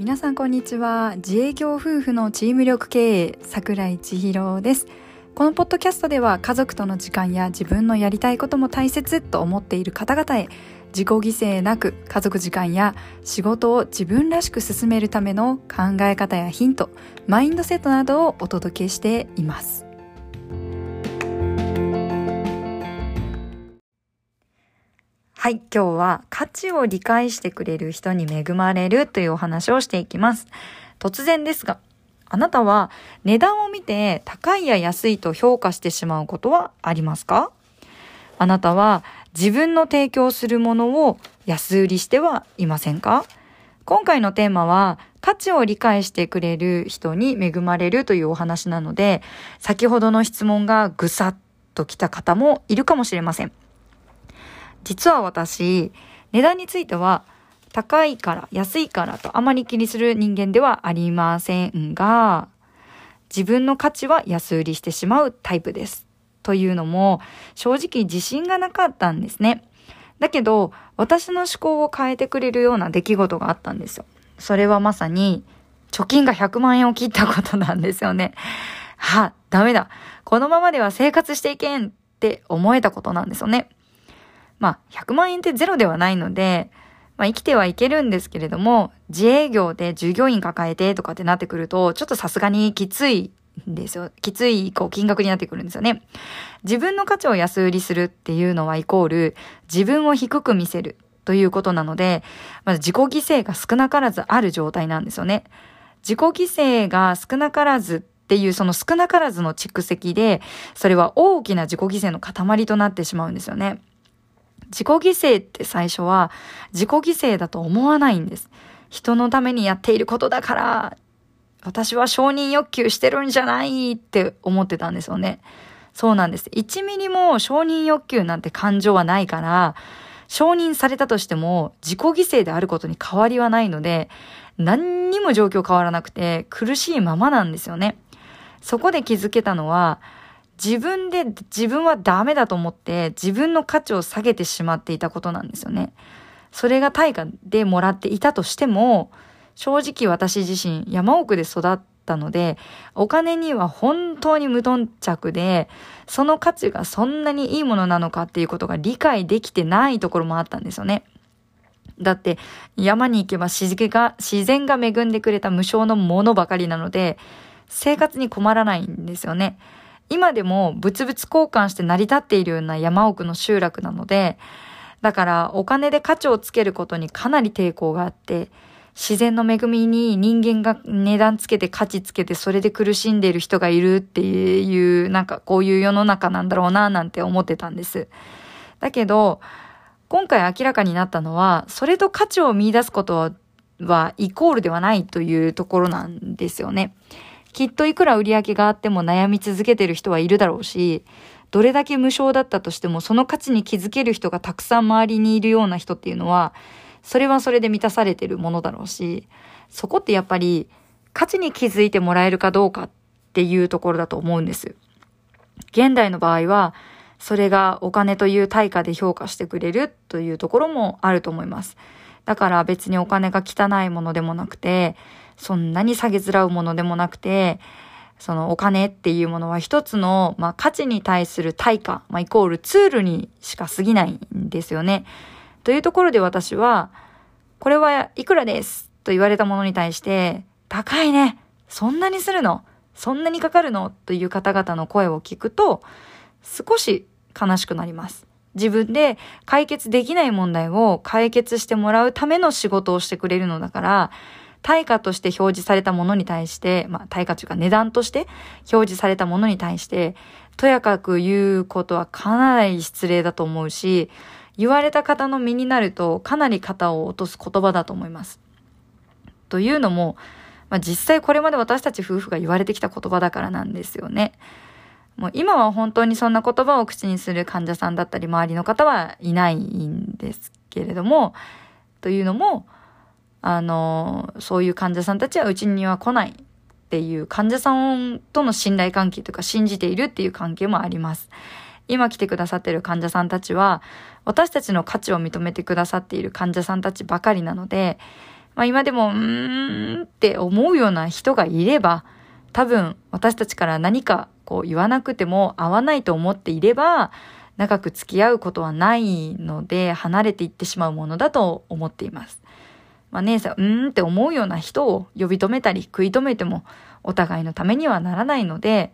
皆さんこんにちは。自営業夫婦のチーム力経営、桜井千尋です。このポッドキャストでは家族との時間や自分のやりたいことも大切と思っている方々へ、自己犠牲なく家族時間や仕事を自分らしく進めるための考え方やヒント、マインドセットなどをお届けしています。はい、今日は価値を理解してくれる人に恵まれるというお話をしていきます。突然ですが、あなたは値段を見て高いや安いと評価してしまうことはありますか？あなたは自分の提供するものを安売りしてはいませんか？今回のテーマは価値を理解してくれる人に恵まれるというお話なので、先ほどの質問がぐさっときた方もいるかもしれません。実は私、値段については高いから安いからとあまり気にする人間ではありませんが、自分の価値は安売りしてしまうタイプです。というのも正直自信がなかったんですね。だけど私の思考を変えてくれるような出来事があったんですよ。それはまさに貯金が100万円を切ったことなんですよね。ダメだ。このままでは生活していけんって思えたことなんですよね。100万円ってゼロではないので、生きてはいけるんですけれども、自営業で従業員抱えてとかってなってくると、ちょっとさすがにきついんですよ。きつい金額になってくるんですよね。自分の価値を安売りするっていうのはイコール、自分を低く見せるということなので、まず自己犠牲が少なからずある状態なんですよね。自己犠牲が少なからずっていうその少なからずの蓄積で、それは大きな自己犠牲の塊となってしまうんですよね。自己犠牲って最初は自己犠牲だと思わないんです。人のためにやっていることだから、私は承認欲求してるんじゃないって思ってたんですよね。そうなんです。1ミリも承認欲求なんて感情はないから、承認されたとしても自己犠牲であることに変わりはないので、何にも状況変わらなくて苦しいままなんですよね。そこで気づけたのは、自分はダメだと思って自分の価値を下げてしまっていたことなんですよね。それが対価でもらっていたとしても、正直私自身山奥で育ったので、お金には本当に無頓着で、その価値がそんなにいいものなのかっていうことが理解できてないところもあったんですよね。だって山に行けば自然が恵んでくれた無償のものばかりなので、生活に困らないんですよね。今でも物々交換して成り立っているような山奥の集落なので、だからお金で価値をつけることにかなり抵抗があって、自然の恵みに人間が値段つけて価値つけてそれで苦しんでいる人がいるっていう、こういう世の中なんだろうななんて思ってたんです。だけど、今回明らかになったのは、それと価値を見出すことはイコールではないというところなんですよね。きっといくら売り上げがあっても悩み続けてる人はいるだろうし、どれだけ無償だったとしてもその価値に気づける人がたくさん周りにいるような人っていうのは、それはそれで満たされてるものだろうし、そこってやっぱり価値に気づいてもらえるかどうかっていうところだと思うんです。現代の場合は、それがお金という対価で評価してくれるというところもあると思います。だから別にお金が汚いものでもなくて、そんなに下げづらうものでもなくて、そのお金っていうものは一つの、価値に対する対価、イコールツールにしか過ぎないんですよね。というところで私は、これはいくらですと言われたものに対して、高いね、そんなにするの、そんなにかかるのという方々の声を聞くと、少し悲しくなります。自分で解決できない問題を解決してもらうための仕事をしてくれるのだから、対価として表示されたものに対して、対価というか値段として表示されたものに対して、とやかく言うことはかなり失礼だと思うし、言われた方の身になるとかなり肩を落とす言葉だと思います。というのも、実際これまで私たち夫婦が言われてきた言葉だからなんですよね。もう今は本当にそんな言葉を口にする患者さんだったり周りの方はいないんですけれども、というのも、そういう患者さんたちはうちには来ないっていう患者さんとの信頼関係というか信じているっていう関係もあります。今来てくださっている患者さんたちは私たちの価値を認めてくださっている患者さんたちばかりなので、 今でもって思うような人がいれば、多分私たちから何か言わなくても合わないと思っていれば、長く付き合うことはないので離れていってしまうものだと思っています。って思うような人を呼び止めたり食い止めてもお互いのためにはならないので、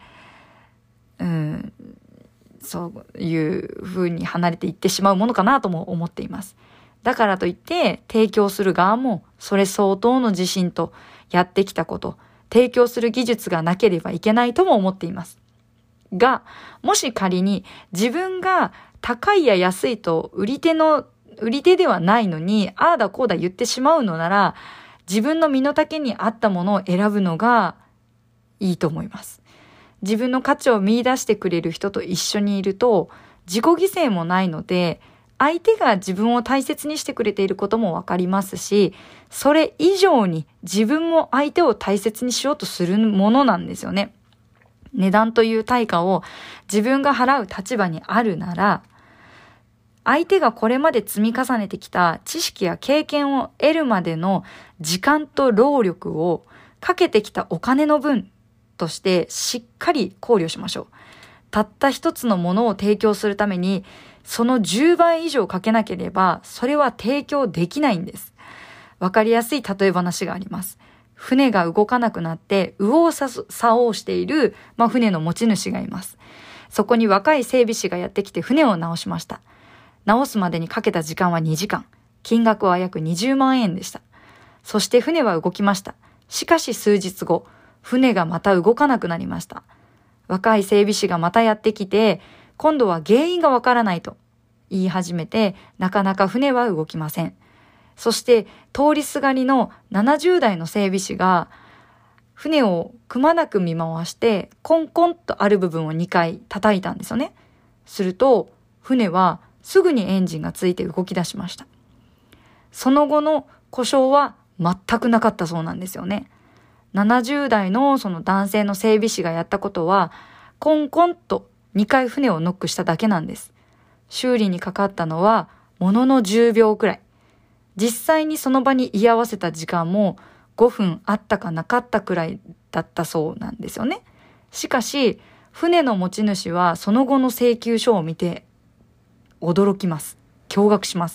そういう風に離れていってしまうものかなとも思っています。だからといって提供する側もそれ相当の自信とやってきたこと、提供する技術がなければいけないとも思っています。が、もし仮に自分が高いや安いと売り手ではないのにああだこうだ言ってしまうのなら、自分の身の丈に合ったものを選ぶのがいいと思います。自分の価値を見出してくれる人と一緒にいると自己犠牲もないので、相手が自分を大切にしてくれていることもわかりますし、それ以上に自分も相手を大切にしようとするものなんですよね。値段という対価を自分が払う立場にあるなら、相手がこれまで積み重ねてきた知識や経験を得るまでの時間と労力をかけてきたお金の分としてしっかり考慮しましょう。たった一つのものを提供するためにその10倍以上かけなければそれは提供できないんです。わかりやすい例え話があります。船が動かなくなって右往左往している、船の持ち主がいます。そこに若い整備士がやってきて船を直しました。直すまでにかけた時間は2時間。金額は約20万円でした。そして船は動きました。しかし数日後、船がまた動かなくなりました。若い整備士がまたやってきて、今度は原因がわからないと言い始めて、なかなか船は動きません。そして通りすがりの70代の整備士が船をくまなく見回してコンコンとある部分を2回叩いたんですよね。すると船はすぐにエンジンがついて動き出しました。その後の故障は全くなかったそうなんですよね。70代のその男性の整備士がやったことはコンコンと2回船をノックしただけなんです。修理にかかったのはものの10秒くらい。実際にその場に居合わせた時間も5分あったかなかったくらいだったそうなんですよね。しかし船の持ち主はその後の請求書を見て驚きます。驚愕します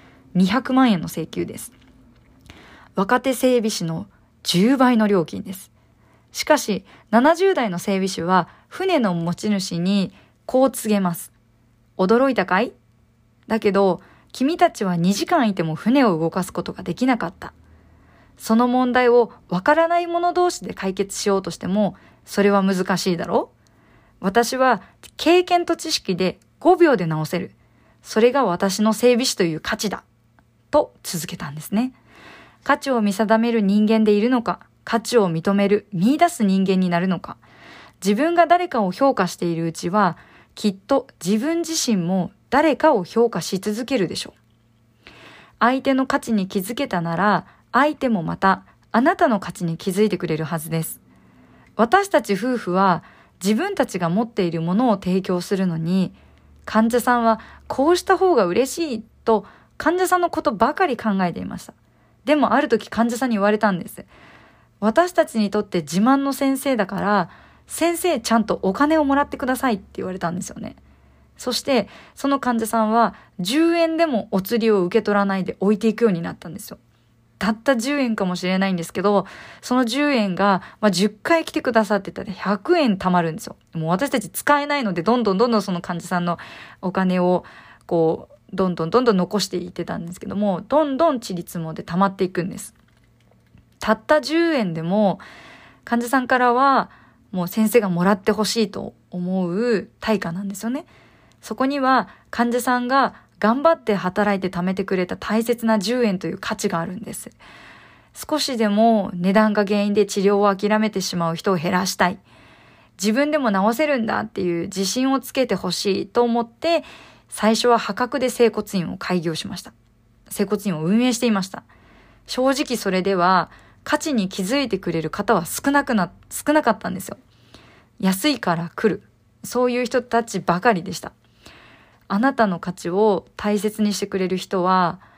。200万円の請求です。若手整備士の10倍の料金です。しかし70代の整備士は船の持ち主にこう告げます。驚いたかい？だけど君たちは2時間いても船を動かすことができなかった。その問題をわからない者同士で解決しようとしてもそれは難しいだろう。私は経験と知識で5秒で直せる。それが私の整備士という価値だ。と続けたんですね。価値を見定める人間でいるのか、価値を認める、見出す人間になるのか。自分が誰かを評価しているうちは、きっと自分自身も誰かを評価し続けるでしょう。相手の価値に気づけたなら、相手もまたあなたの価値に気づいてくれるはずです。私たち夫婦は自分たちが持っているものを提供するのに、患者さんはこうした方が嬉しいと患者さんのことばかり考えていました。でもある時患者さんに言われたんです。私たちにとって自慢の先生だから、先生ちゃんとお金をもらってくださいって言われたんですよね。そしてその患者さんは10円でもお釣りを受け取らないで置いていくようになったんですよ。たった10円かもしれないんですけど、その10円が、10回来てくださってたら100円貯まるんですよ。もう私たち使えないので、どんどんその患者さんのお金をどんどん残していってたんですけども、どんどんちりつもで貯まっていくんです。たった10円でも患者さんからはもう先生がもらってほしいと思う対価なんですよね。そこには患者さんが頑張って働いて貯めてくれた大切な10円という価値があるんです。少しでも値段が原因で治療を諦めてしまう人を減らしたい。自分でも治せるんだっていう自信をつけてほしいと思って、最初は破格で整骨院を開業しました。整骨院を運営していました。正直それでは価値に気づいてくれる方は少なかったんですよ。安いから来る。そういう人たちばかりでした。あなたの価値を大切にしてくれる人は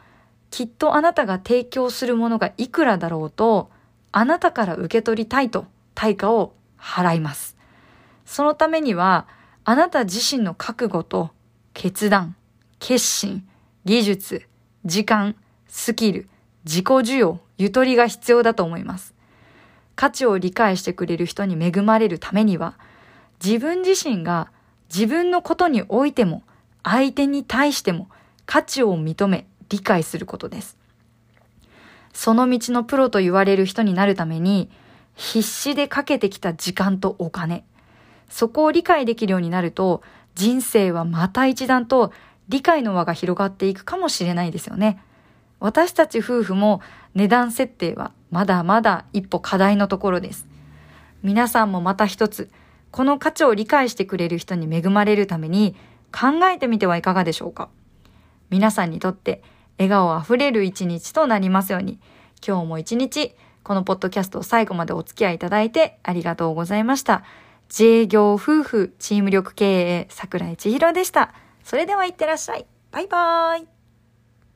きっとあなたが提供するものがいくらだろうと、あなたから受け取りたいと対価を払います。そのためには、あなた自身の覚悟と決断、決心、技術、時間、スキル、自己需要、ゆとりが必要だと思います。価値を理解してくれる人に恵まれるためには、自分自身が自分のことにおいても、相手に対しても価値を認め、理解することです。その道のプロと言われる人になるために、必死でかけてきた時間とお金、そこを理解できるようになると、人生はまた一段と理解の輪が広がっていくかもしれないですよね。私たち夫婦も値段設定はまだまだ一歩課題のところです。皆さんもまた一つ、この価値を理解してくれる人に恵まれるために考えてみてはいかがでしょうか。皆さんにとって笑顔あふれる一日となりますように、今日も一日このポッドキャストを最後までお付き合いいただいてありがとうございました。自営業夫婦チーム力経営、桜井千尋でした。それではいってらっしゃい。バイバーイ。